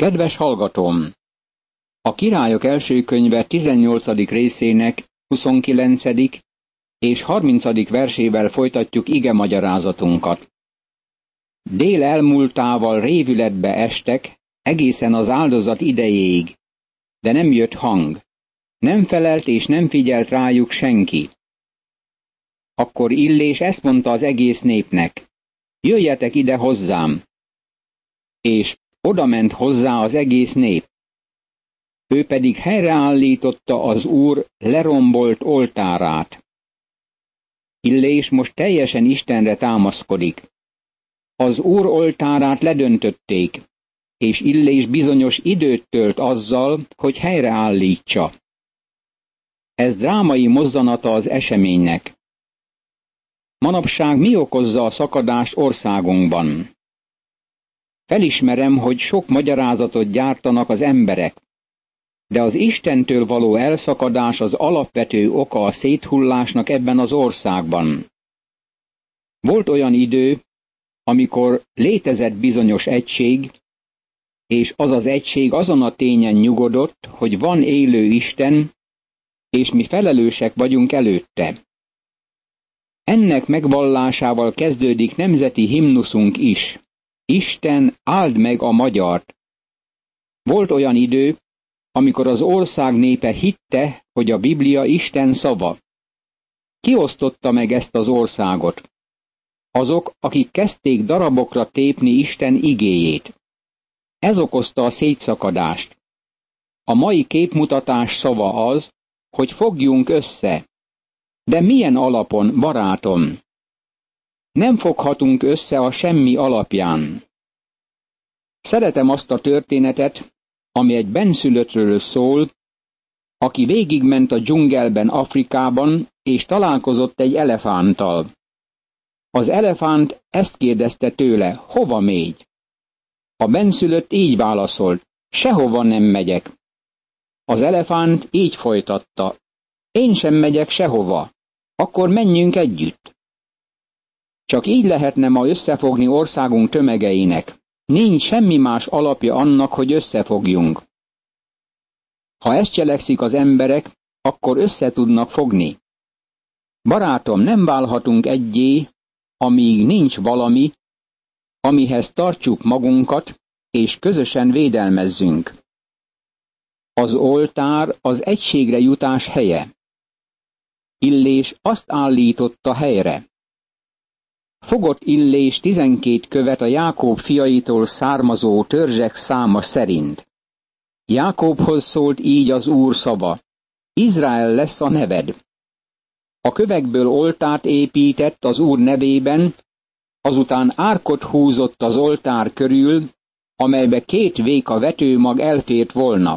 Kedves hallgatóm! A Királyok első könyve 18. részének 29. és 30. versével folytatjuk igemagyarázatunkat. Dél elmúltával révületbe estek, egészen az áldozat idejéig, de nem jött hang. Nem felelt és nem figyelt rájuk senki. Akkor Illés ezt mondta az egész népnek: jöjjetek ide hozzám! És odament hozzá az egész nép. Ő pedig helyreállította az Úr lerombolt oltárát. Illés most teljesen Istenre támaszkodik. Az Úr oltárát ledöntötték, és Illés bizonyos időt tölt azzal, hogy helyreállítsa. Ez drámai mozzanata az eseménynek. Manapság mi okozza a szakadást országunkban? Felismerem, hogy sok magyarázatot gyártanak az emberek, de az Istentől való elszakadás az alapvető oka a széthullásnak ebben az országban. Volt olyan idő, amikor létezett bizonyos egység, és az az egység azon a tényen nyugodott, hogy van élő Isten, és mi felelősek vagyunk előtte. Ennek megvallásával kezdődik nemzeti himnuszunk is. Isten, áld meg a magyart! Volt olyan idő, amikor az ország népe hitte, hogy a Biblia Isten szava. Ki osztotta meg ezt az országot? Azok, akik kezdték darabokra tépni Isten igéjét. Ez okozta a szétszakadást. A mai képmutatás szava az, hogy fogjunk össze. De milyen alapon, barátom? Nem foghatunk össze a semmi alapján. Szeretem azt a történetet, ami egy bennszülöttről szól, aki végigment a dzsungelben Afrikában, és találkozott egy elefánttal. Az elefánt ezt kérdezte tőle: hova mégy? A bennszülött így válaszolt: sehova nem megyek. Az elefánt így folytatta: én sem megyek sehova, akkor menjünk együtt. Csak így lehetne ma összefogni országunk tömegeinek. Nincs semmi más alapja annak, hogy összefogjunk. Ha ezt cselekszik az emberek, akkor össze tudnak fogni. Barátom, nem válhatunk egyé, amíg nincs valami, amihez tartsuk magunkat, és közösen védelmezzünk. Az oltár az egységre jutás helye. Illés azt állította helyre. Fogott Illés 12 követ a Jákob fiaitól származó törzsek száma szerint. Jákobhoz szólt így az Úr szava: Izrael lesz a neved. A kövekből oltárt épített az Úr nevében, azután árkot húzott az oltár körül, amelybe 2 véka vetőmag elfért volna.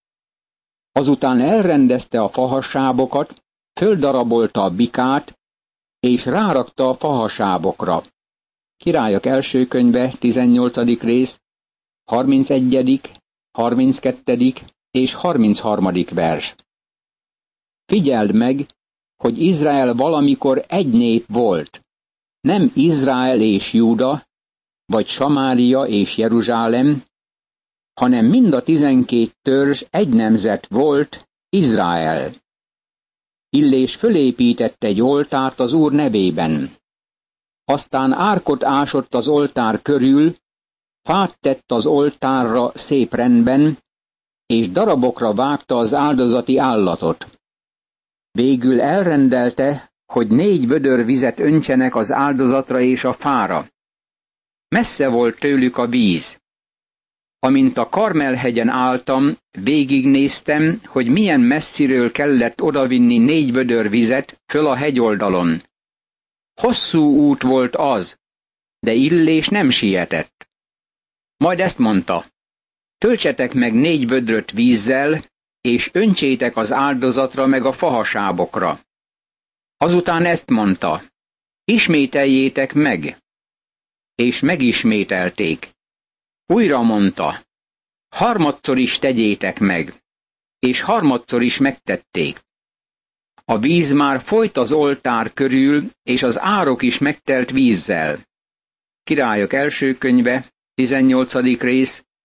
Azután elrendezte a fahasábokat, földarabolta a bikát, és rárakta a fahasábokra. Királyok első könyve, 18. rész, 31., 32. és 33. vers. Figyeld meg, hogy Izrael valamikor egy nép volt. Nem Izrael és Júda, vagy Samária és Jeruzsálem, hanem mind a 12 törzs egy nemzet volt, Izrael. Illés fölépített egy oltárt az Úr nevében. Aztán árkot ásott az oltár körül, fát tett az oltárra szép rendben, és darabokra vágta az áldozati állatot. Végül elrendelte, hogy 4 vödör vizet öntsenek az áldozatra és a fára. Messze volt tőlük a víz. Amint a Karmel-hegyen álltam, végignéztem, hogy milyen messziről kellett odavinni 4 vödör vizet föl a hegyoldalon. Hosszú út volt az, de Illés nem sietett. Majd ezt mondta: töltsetek meg 4 vödröt vízzel, és öntsétek az áldozatra meg a fahasábokra. Azután ezt mondta: ismételjétek meg. És megismételték. Újra mondta: harmadszor is tegyétek meg. És harmadszor is megtették. A víz már folyt az oltár körül, és az árok is megtelt vízzel. Királyok első könyve, 18. rész,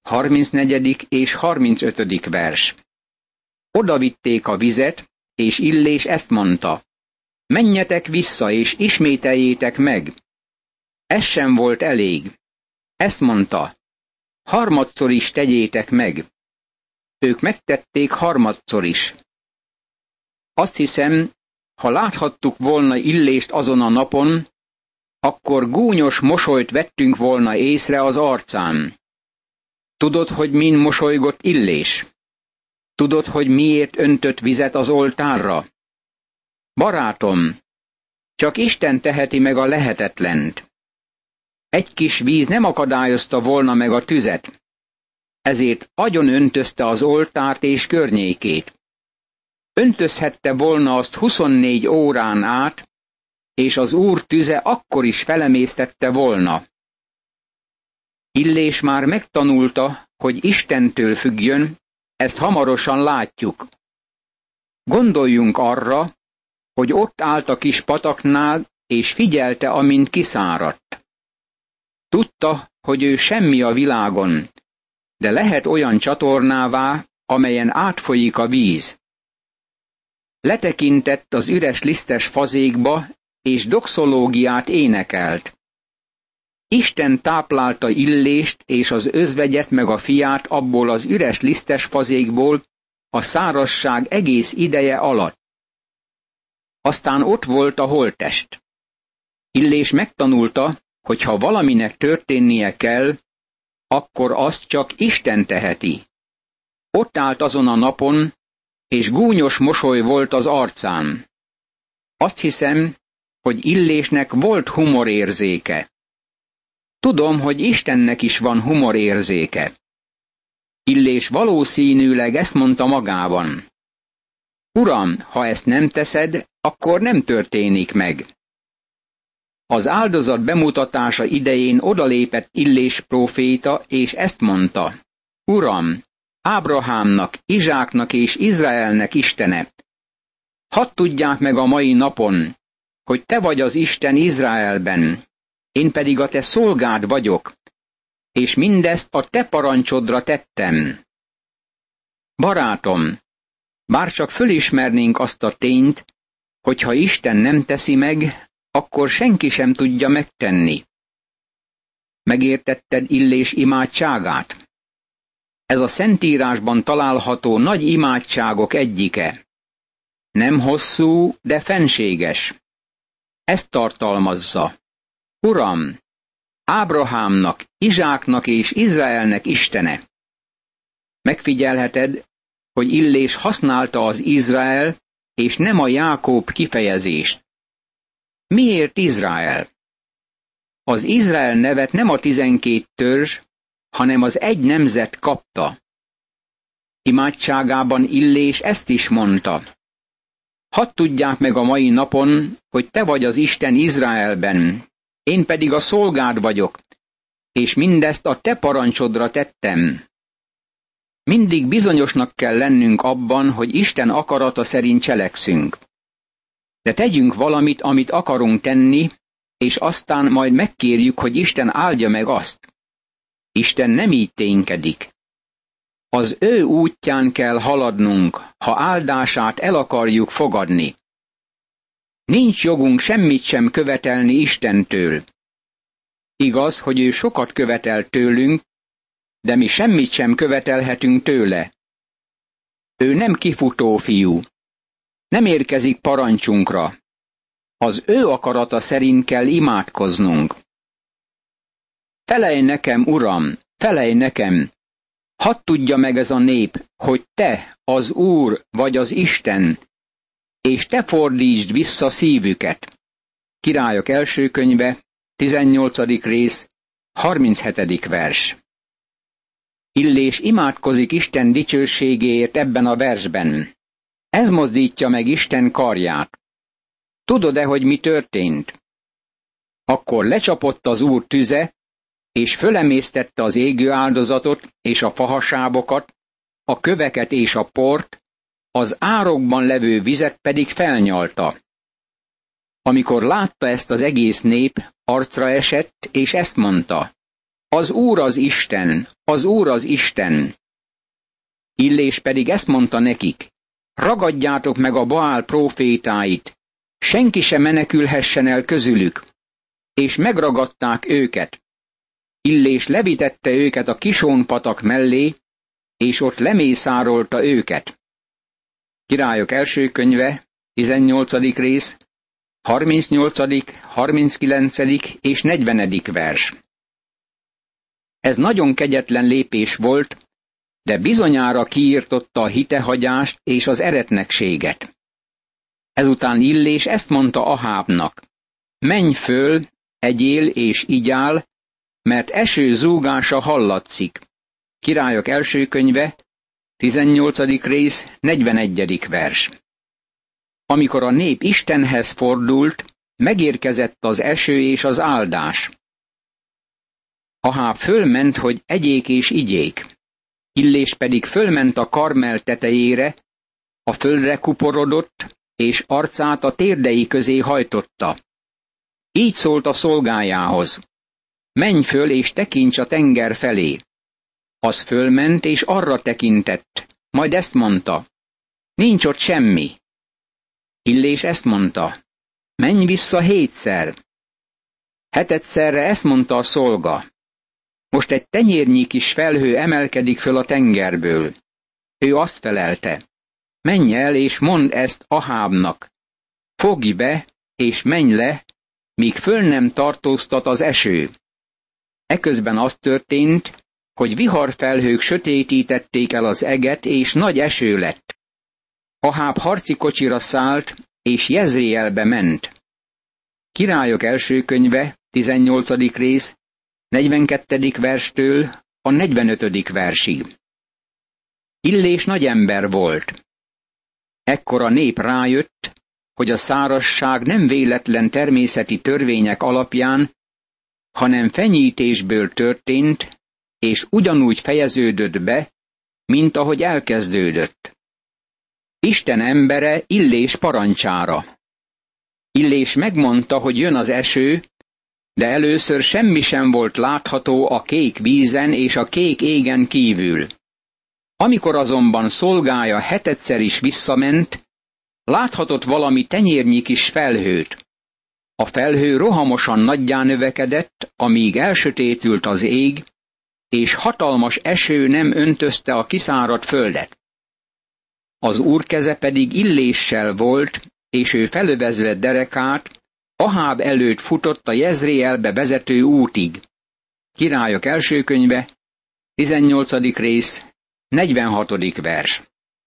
34. és 35. vers. Oda vitték a vizet, és Illés ezt mondta: menjetek vissza, és ismételjétek meg. Ez sem volt elég. Ezt mondta: harmadszor is tegyétek meg. Ők megtették harmadszor is. Azt hiszem, ha láthattuk volna Illést azon a napon, akkor gúnyos mosolyt vettünk volna észre az arcán. Tudod, hogy min mosolygott Illés? Tudod, hogy miért öntött vizet az oltárra? Barátom, csak Isten teheti meg a lehetetlent. Egy kis víz nem akadályozta volna meg a tüzet, ezért agyon öntözte az oltárt és környékét. Öntözhette volna azt 24 órán át, és az Úr tüze akkor is felemésztette volna. Illés már megtanulta, hogy Istentől függjön, ezt hamarosan látjuk. Gondoljunk arra, hogy ott állt a kis pataknál, és figyelte, amint kiszáradt. Tudta, hogy ő semmi a világon, de lehet olyan csatornává, amelyen átfolyik a víz. Letekintett az üres lisztes fazékba, és doxológiát énekelt. Isten táplálta Illést és az özvegyet meg a fiát abból az üres lisztes fazékból a szárazság egész ideje alatt. Aztán ott volt a holttest. Illés megtanulta, hogy ha valaminek történnie kell, akkor azt csak Isten teheti. Ott állt azon a napon, és gúnyos mosoly volt az arcán. Azt hiszem, hogy Illésnek volt humorérzéke. Tudom, hogy Istennek is van humorérzéke. Illés valószínűleg ezt mondta magában: Uram, ha ezt nem teszed, akkor nem történik meg. Az áldozat bemutatása idején odalépett Illés próféta, és ezt mondta: Uram, Ábrahámnak, Izsáknak és Izraelnek Istene, hadd tudják meg a mai napon, hogy te vagy az Isten Izraelben, én pedig a te szolgád vagyok, és mindezt a te parancsodra tettem. Barátom, bárcsak fölismernénk azt a tényt, hogy ha Isten nem teszi meg, akkor senki sem tudja megtenni. Megértetted Illés imádságát? Ez a Szentírásban található nagy imádságok egyike. Nem hosszú, de fenséges. Ezt tartalmazza: Uram, Ábrahámnak, Izsáknak és Izraelnek Istene. Megfigyelheted, hogy Illés használta az Izrael és nem a Jákób kifejezést. Miért Izrael? Az Izrael nevet nem a 12 törzs, hanem az egy nemzet kapta. Imádságában Illés ezt is mondta: hadd tudják meg a mai napon, hogy te vagy az Isten Izraelben, én pedig a szolgád vagyok, és mindezt a te parancsodra tettem. Mindig bizonyosnak kell lennünk abban, hogy Isten akarata szerint cselekszünk. De tegyünk valamit, amit akarunk tenni, és aztán majd megkérjük, hogy Isten áldja meg azt. Isten nem így ténykedik. Az ő útján kell haladnunk, ha áldását el akarjuk fogadni. Nincs jogunk semmit sem követelni Istentől. Igaz, hogy ő sokat követel tőlünk, de mi semmit sem követelhetünk tőle. Ő nem kifutó fiú. Nem érkezik parancsunkra. Az ő akarata szerint kell imádkoznunk. Felelj nekem, Uram, felelj nekem! Hadd tudja meg ez a nép, hogy te, az Úr, vagy az Isten, és te fordítsd vissza szívüket. Királyok első könyve, 18. rész, 37. vers. Illés imádkozik Isten dicsőségéért ebben a versben. Ez mozdítja meg Isten karját. Tudod-e, hogy mi történt? Akkor lecsapott az Úr tüze, és fölemésztette az égő áldozatot és a fahasábokat, a köveket és a port, az árokban levő vizet pedig felnyalta. Amikor látta ezt az egész nép, arcra esett, és ezt mondta: az Úr az Isten, az Úr az Isten. Illés pedig ezt mondta nekik: ragadjátok meg a Baál prófétáit, senki sem menekülhessen el közülük. És megragadták őket. Illés levitette őket a Kisón patak mellé, és ott lemészárolta őket. Királyok első könyve, 18. rész, 38., 39. és 40. vers. Ez nagyon kegyetlen lépés volt, de bizonyára kiirtotta a hitehagyást és az eretnekséget. Ezután Illés ezt mondta Ahábnak: menj föl, egyél és igyál, mert eső zúgása hallatszik. Királyok első könyve, 18. rész, 41. vers. Amikor a nép Istenhez fordult, megérkezett az eső és az áldás. Aháb fölment, hogy egyék és igyék. Illés pedig fölment a Karmel tetejére, a földre kuporodott, és arcát a térdei közé hajtotta. Így szólt a szolgájához: menj föl és tekints a tenger felé. Az fölment és arra tekintett, majd ezt mondta: nincs ott semmi. Illés ezt mondta: menj vissza 7-szer. 7-szerre ezt mondta a szolga: most egy tenyérnyi kis felhő emelkedik föl a tengerből. Ő azt felelte: menj el és mondd ezt Ahábnak: fogj be és menj le, míg föl nem tartóztat az eső. Eközben az történt, hogy viharfelhők sötétítették el az eget, és nagy eső lett. Aháb harci kocsira szállt, és Jezréelbe ment. Királyok első könyve, 18. rész, 42. verstől a 45. versig. Illés nagy ember volt. Ekkor a nép rájött, hogy a szárazság nem véletlen természeti törvények alapján, hanem fenyítésből történt, és ugyanúgy fejeződött be, mint ahogy elkezdődött. Isten embere Illés parancsára. Illés megmondta, hogy jön az eső, de először semmi sem volt látható a kék vízen és a kék égen kívül. Amikor azonban szolgája 7-szer is visszament, láthatott valami tenyérnyi kis felhőt. A felhő rohamosan nagyjá növekedett, amíg elsötétült az ég, és hatalmas eső nem öntözte a kiszáradt földet. Az Úr keze pedig Illéssel volt, és ő felövezve derekát, Aháb előtt futott a Jezréelbe vezető útig. Királyok első könyve, 18. rész, 46. vers.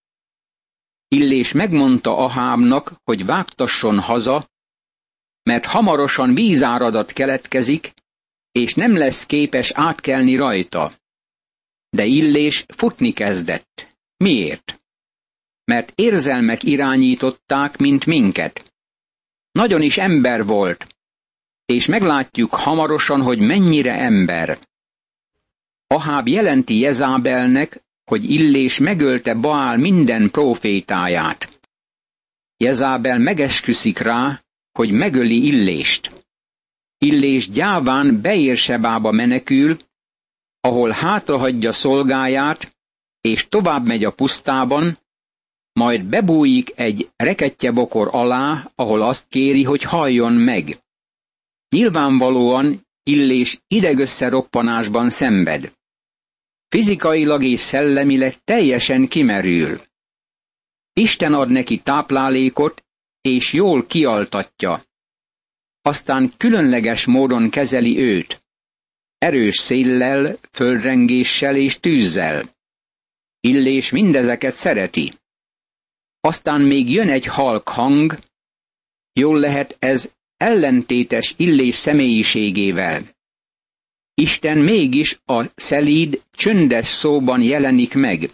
Illés megmondta Ahábnak, hogy vágtasson haza, mert hamarosan vízáradat keletkezik, és nem lesz képes átkelni rajta. De Illés futni kezdett. Miért? Mert érzelmek irányították, mint minket. Nagyon is ember volt, és meglátjuk hamarosan, hogy mennyire ember. Aháb jelenti Jezábelnek, hogy Illés megölte Baál minden prófétáját. Jezábel megesküszik rá, hogy megöli Illést. Illés gyáván Beérsebába menekül, ahol hátrahagyja szolgáját, és tovább megy a pusztában, majd bebújik egy rekettyebokor alá, ahol azt kéri, hogy halljon meg. Nyilvánvalóan Illés idegösszeroppanásban szenved. Fizikailag és szellemileg teljesen kimerül. Isten ad neki táplálékot, és jól kialtatja. Aztán különleges módon kezeli őt. Erős széllel, földrengéssel és tűzzel. Illés mindezeket szereti. Aztán még jön egy halk hang, jól lehet ez ellentétes Illés személyiségével. Isten mégis a szelíd, csöndes szóban jelenik meg.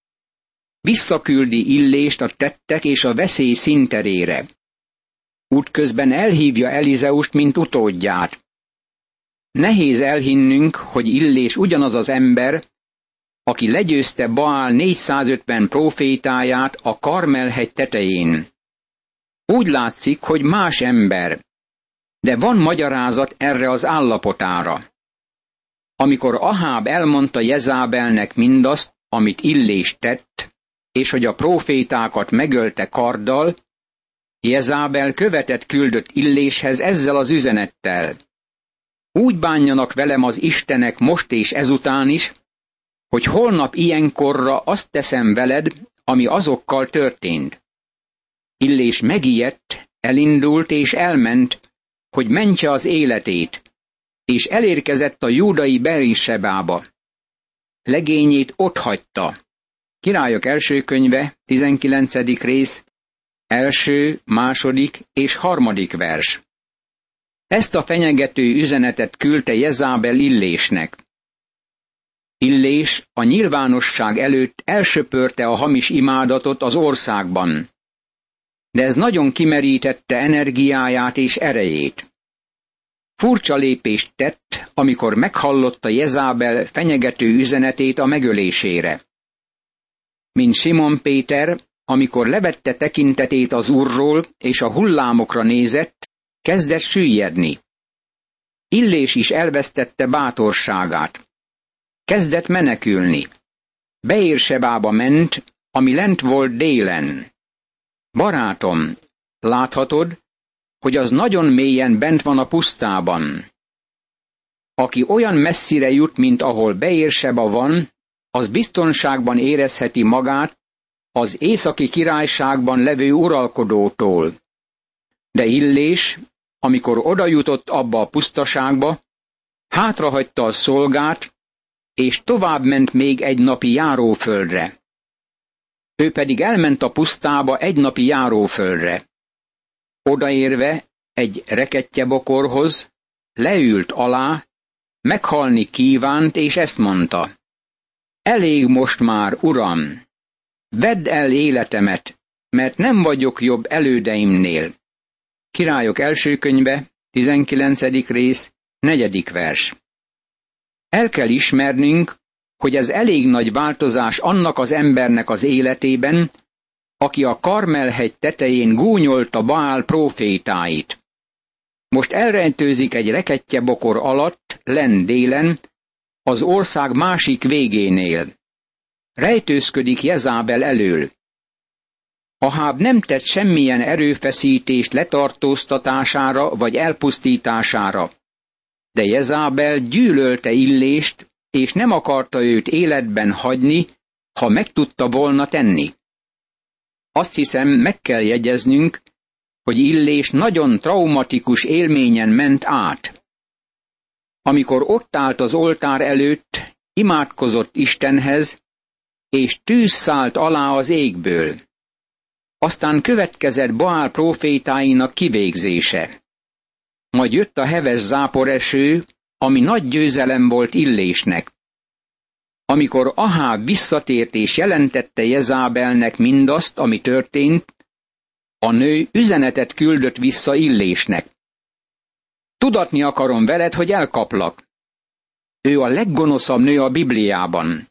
Visszaküldi Illést a tettek és a veszély színterére. Útközben elhívja Elizeust, mint utódját. Nehéz elhinnünk, hogy Illés ugyanaz az ember, aki legyőzte Baál 450 prófétáját a Karmel-hegy tetején. Úgy látszik, hogy más ember, de van magyarázat erre az állapotára. Amikor Aháb elmondta Jezábelnek mindazt, amit Illés tett, és hogy a prófétákat megölte karddal, Jezábel követet küldött Illéshez ezzel az üzenettel: úgy bánjanak velem az istenek most és ezután is, hogy holnap ilyenkorra azt teszem veled, ami azokkal történt. Illés megijedt, elindult és elment, hogy mentse az életét, és elérkezett a júdai Beérsebába. Legényét otthagyta. Királyok első könyve, 19. rész, 1., 2. és 3. vers. Ezt a fenyegető üzenetet küldte Jezábel Illésnek. Illés a nyilvánosság előtt elsöpörte a hamis imádatot az országban, de ez nagyon kimerítette energiáját és erejét. Furcsa lépést tett, amikor meghallotta Jezábel fenyegető üzenetét a megölésére. Mint Simon Péter, amikor levette tekintetét az Úrról és a hullámokra nézett, kezdett süllyedni. Illés is elvesztette bátorságát. Kezdett menekülni. Beérsebába ment, ami lent volt délen. Barátom, láthatod, hogy az nagyon mélyen bent van a pusztában. Aki olyan messzire jut, mint ahol Beérseba van, az biztonságban érezheti magát az északi királyságban levő uralkodótól. De Illés, amikor odajutott abba a pusztaságba, hátrahagyta a szolgát, és tovább ment még egy napi járóföldre. Ő pedig elment a pusztába egy napi járóföldre. Odaérve egy rekettjebokorhoz, leült alá, meghalni kívánt, és ezt mondta: elég most már, Uram! Vedd el életemet, mert nem vagyok jobb elődeimnél. Királyok első könyve, 19. rész, 4. vers. El kell ismernünk, hogy ez elég nagy változás annak az embernek az életében, aki a Karmel-hegy tetején gúnyolta Baál prófétáit. Most elrejtőzik egy rekettjebokor alatt, lent délen, az ország másik végénél. Rejtőzködik Jezábel elől. Aháb nem tett semmilyen erőfeszítést letartóztatására vagy elpusztítására, de Jezábel gyűlölte Illést, és nem akarta őt életben hagyni, ha meg tudta volna tenni. Azt hiszem, meg kell jegyeznünk, hogy Illés nagyon traumatikus élményen ment át. Amikor ott állt az oltár előtt, imádkozott Istenhez, és tűz szállt alá az égből. Aztán következett Baál prófétáinak kivégzése. Majd jött a heves záporeső, ami nagy győzelem volt Illésnek. Amikor Aháb visszatért és jelentette Jezábelnek mindazt, ami történt, a nő üzenetet küldött vissza Illésnek. Tudatni akarom veled, hogy elkaplak. Ő a leggonoszabb nő a Bibliában.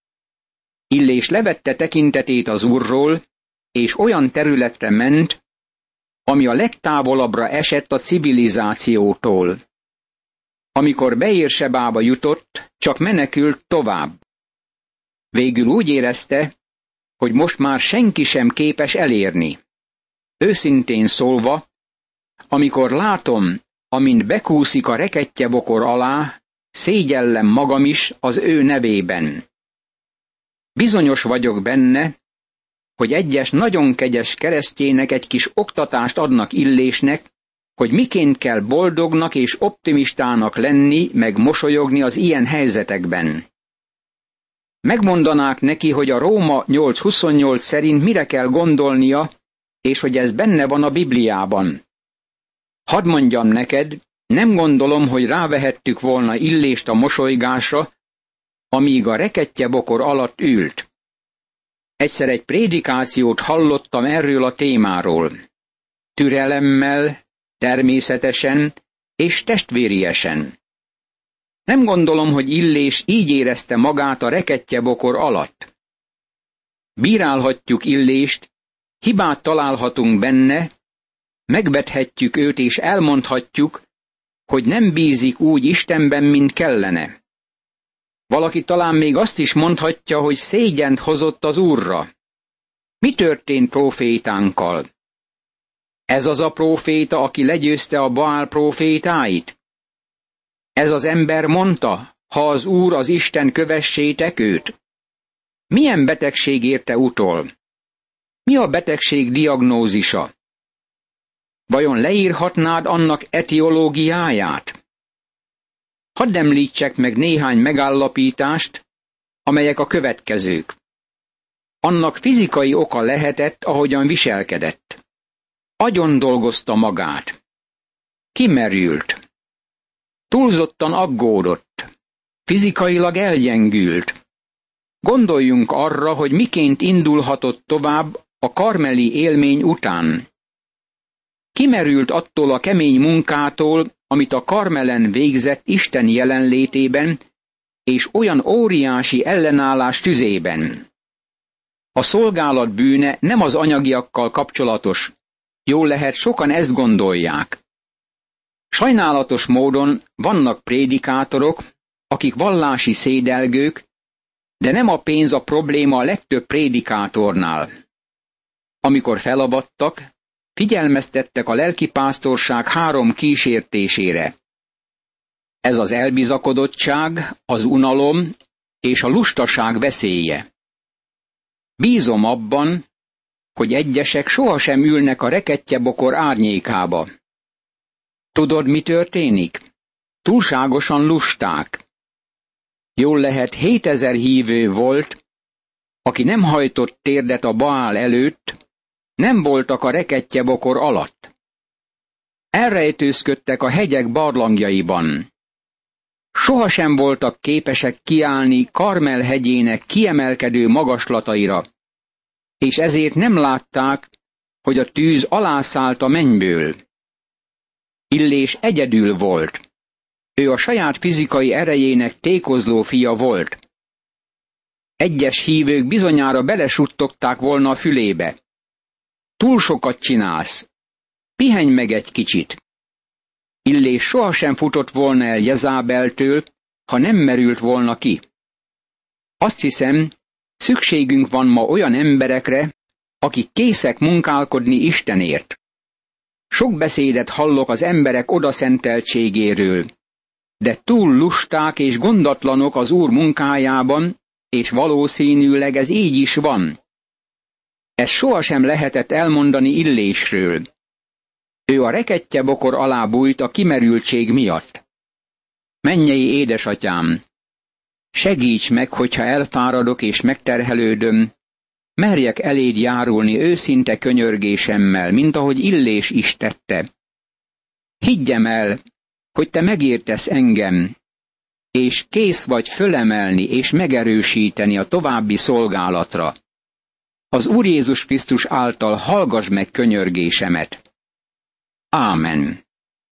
Illés levette tekintetét az Úrról, és olyan területre ment, ami a legtávolabbra esett a civilizációtól. Amikor Beérsebába jutott, csak menekült tovább. Végül úgy érezte, hogy most már senki sem képes elérni. Őszintén szólva, amikor látom, amint bekúszik a rekettjebokor alá, szégyellem magam is az ő nevében. Bizonyos vagyok benne, hogy egyes nagyon kegyes keresztjének egy kis oktatást adnak Illésnek, hogy miként kell boldognak és optimistának lenni, meg mosolyogni az ilyen helyzetekben. Megmondanák neki, hogy a Róma 8:28 szerint mire kell gondolnia, és hogy ez benne van a Bibliában. Hadd mondjam neked, nem gondolom, hogy rávehettük volna Illést a mosolygásra, amíg a rekettjebokor alatt ült. Egyszer egy prédikációt hallottam erről a témáról. Türelemmel, természetesen és testvériesen. Nem gondolom, hogy Illés így érezte magát a rekettjebokor alatt. Bírálhatjuk Illést, hibát találhatunk benne, megvethetjük őt és elmondhatjuk, hogy nem bízik úgy Istenben, mint kellene. Valaki talán még azt is mondhatja, hogy szégyent hozott az Úrra. Mi történt prófétánkkal? Ez az a próféta, aki legyőzte a Baál prófétáit? Ez az ember mondta, ha az Úr az Isten, kövessétek őt? Milyen betegség érte utol? Mi a betegség diagnózisa? Vajon leírhatnád annak etiológiáját? Hadd említsek meg néhány megállapítást, amelyek a következők. Annak fizikai oka lehetett, ahogyan viselkedett. Agyon dolgozta magát. Kimerült. Túlzottan aggódott. Fizikailag elgyengült. Gondoljunk arra, hogy miként indulhatott tovább a karmeli élmény után. Kimerült attól a kemény munkától, amit a Karmelen végzett Isten jelenlétében, és olyan óriási ellenállás tüzében. A szolgálat bűne nem az anyagiakkal kapcsolatos. Jól lehet, sokan ezt gondolják. Sajnálatos módon vannak prédikátorok, akik vallási szédelgők, de nem a pénz a probléma a legtöbb prédikátornál. Amikor felavattak, figyelmeztettek a lelkipásztorság 3 kísértésére. Ez az elbizakodottság, az unalom és a lustaság veszélye. Bízom abban, hogy egyesek sohasem ülnek a rekettyebokor árnyékába. Tudod, mi történik? Túlságosan lusták. Jól lehet 7000 hívő volt, aki nem hajtott térdet a Baál előtt, nem voltak a rekettyebokor alatt. Elrejtőzködtek a hegyek barlangjaiban. Sohasem voltak képesek kiállni Karmel hegyének kiemelkedő magaslataira, és ezért nem látták, hogy a tűz alászállt a mennyből. Illés egyedül volt. Ő a saját fizikai erejének tékozló fia volt. Egyes hívők bizonyára belesuttogták volna a fülébe. Túl sokat csinálsz. Pihenj meg egy kicsit. Illés sohasem futott volna el Jezábeltől, ha nem merült volna ki. Azt hiszem, szükségünk van ma olyan emberekre, akik készek munkálkodni Istenért. Sok beszédet hallok az emberek odaszenteltségéről, de túl lusták és gondatlanok az Úr munkájában, és valószínűleg ez így is van. Ezt sohasem lehetett elmondani Illésről. Ő a rekettyebokor alá bújt a kimerültség miatt. Mennyei édesatyám, segíts meg, hogyha elfáradok és megterhelődöm, merjek eléd járulni őszinte könyörgésemmel, mint ahogy Illés is tette. Higgyem el, hogy te megértesz engem, és kész vagy fölemelni és megerősíteni a további szolgálatra. Az Úr Jézus Krisztus által hallgass meg könyörgésemet. Ámen.